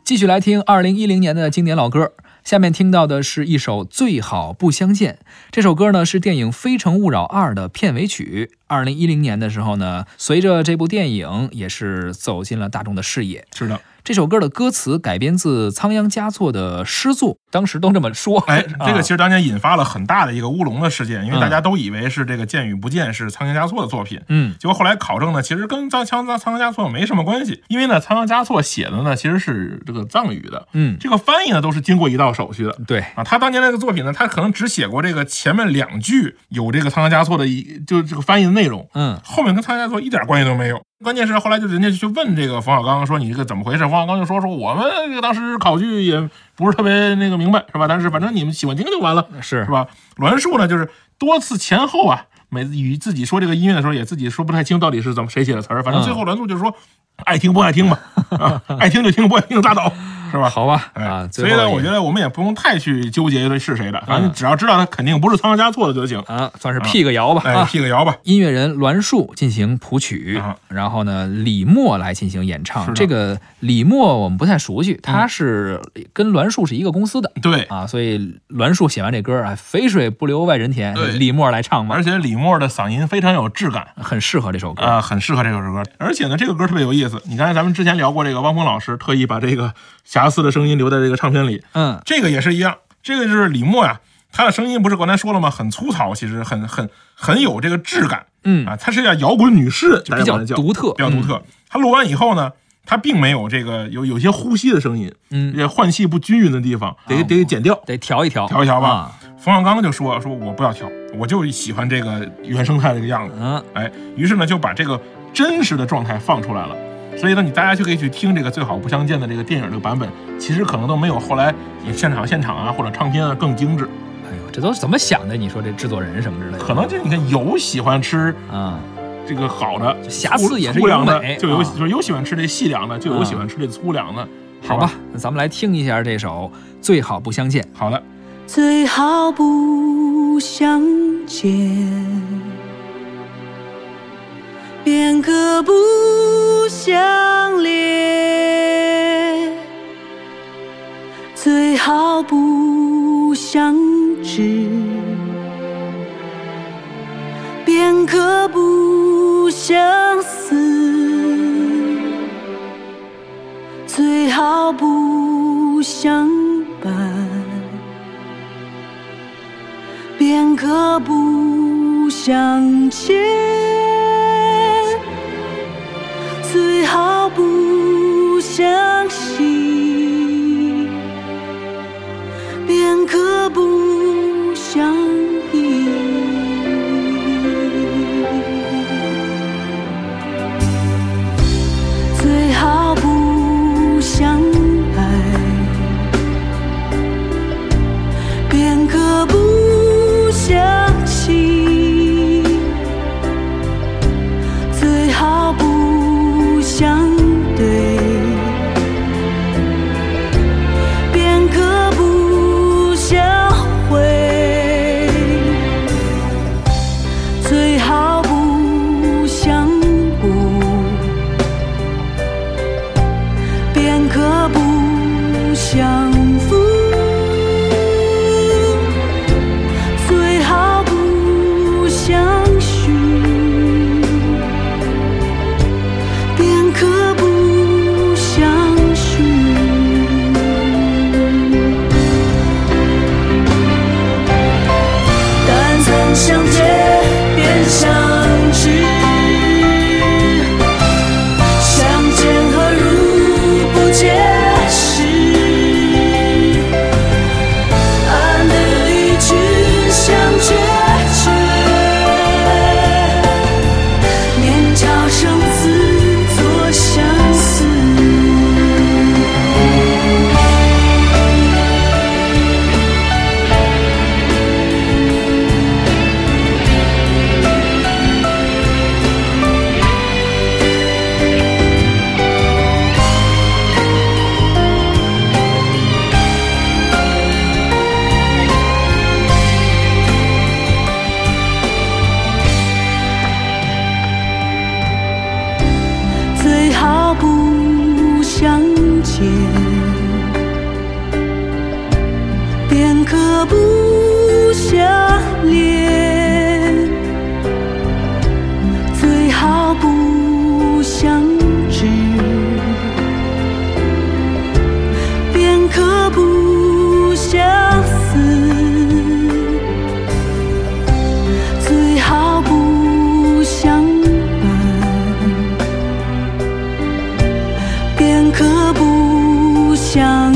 继续来听2010年的经典老歌，下面听到的是一首《最好不相见》。这首歌呢是电影《非诚勿扰2》的片尾曲。2010年的时候呢，随着这部电影也是走进了大众的视野。 是的， 这首歌的歌词改编自仓央嘉措的诗作，当时都这么说。 这个其实当年引发了很大的一个乌龙的事件，因为大家都以为是这个《见与不见》是仓央嘉措的作品，结果后来考证呢，其实跟仓央嘉措没什么关系，因为呢，仓央嘉措写的呢其实是这个藏语的，这个翻译呢都是经过一道手续的， 对啊，他当年那个作品呢，他可能只写过这个前面2句有这个仓央嘉措的就这个翻译的内容，后面跟仓央嘉措一点关系都没有。关键是后来就人家去问这个冯小刚说你这个怎么回事，冯小刚就说我们这个当时考据也不是特别那个明白，是吧？但是反正你们喜欢听就完了，是吧？栾树呢就是多次前后啊，每次与自己说这个音乐的时候也自己说不太清到底是怎么谁写的词儿，反正最后栾树就说爱听不爱听吧，爱听就听，不爱听就拉倒。是吧？ 好吧， 所以呢，我觉得我们也不用太去纠结这是谁的，反正只要知道他肯定不是仓央嘉措的就行啊，算是辟个谣吧， 辟个谣吧。 音乐人栾树进行谱曲，然后呢，李默来进行演唱。这个李默我们不太熟悉，他是跟栾树是一个公司的， 对啊，所以栾树写完这歌肥水不流外人田，李默来唱嘛。 而且李默的嗓音非常有质感， 很适合这首歌啊，很适合这首歌。而且呢，这个歌特别有意思。你刚才咱们之前聊过，这个汪峰老师特意把这个瑕疵的声音留在这个唱片里，这个也是一样。这个就是李默呀，他的声音不是刚才说了吗？很粗糙，其实很有这个质感，他是叫摇滚女士， 比较独特， 比较独特。他录完以后呢，他并没有这个有些呼吸的声音，换气不均匀的地方得剪掉， 得调一调吧。冯小刚就说我不要调，我就喜欢这个原生态这个样子，于是呢就把这个真实的状态放出来了。所以呢，大家就可以去听这个《最好不相见》的这个电影这个版本，其实可能都没有后来现场啊或者唱片啊更精致。 哎呦，这都是怎么想的？你说这制作人什么之类的， 可能就你看有喜欢吃这个好的， 瑕疵也是粗粮的， 美， 就有喜欢吃这细粮的，就有喜欢吃这粗粮的。 好吧，那咱们来听一下这首《最好不相见》。 好的， 最好不相见，便可不相恋，最好不相知，便可不相思，最好不相伴，便可不相欠，最好不相惜，便可不相依。最好不相爱，便可不相弃，最好不相对，便可不相会，最好不相顾，便可不相负，最好不相许，便可不相许。但曾相见便相知，相见何如不解释， 可不相恋，最好不相知，便可不相思，最好不相伴，便可不相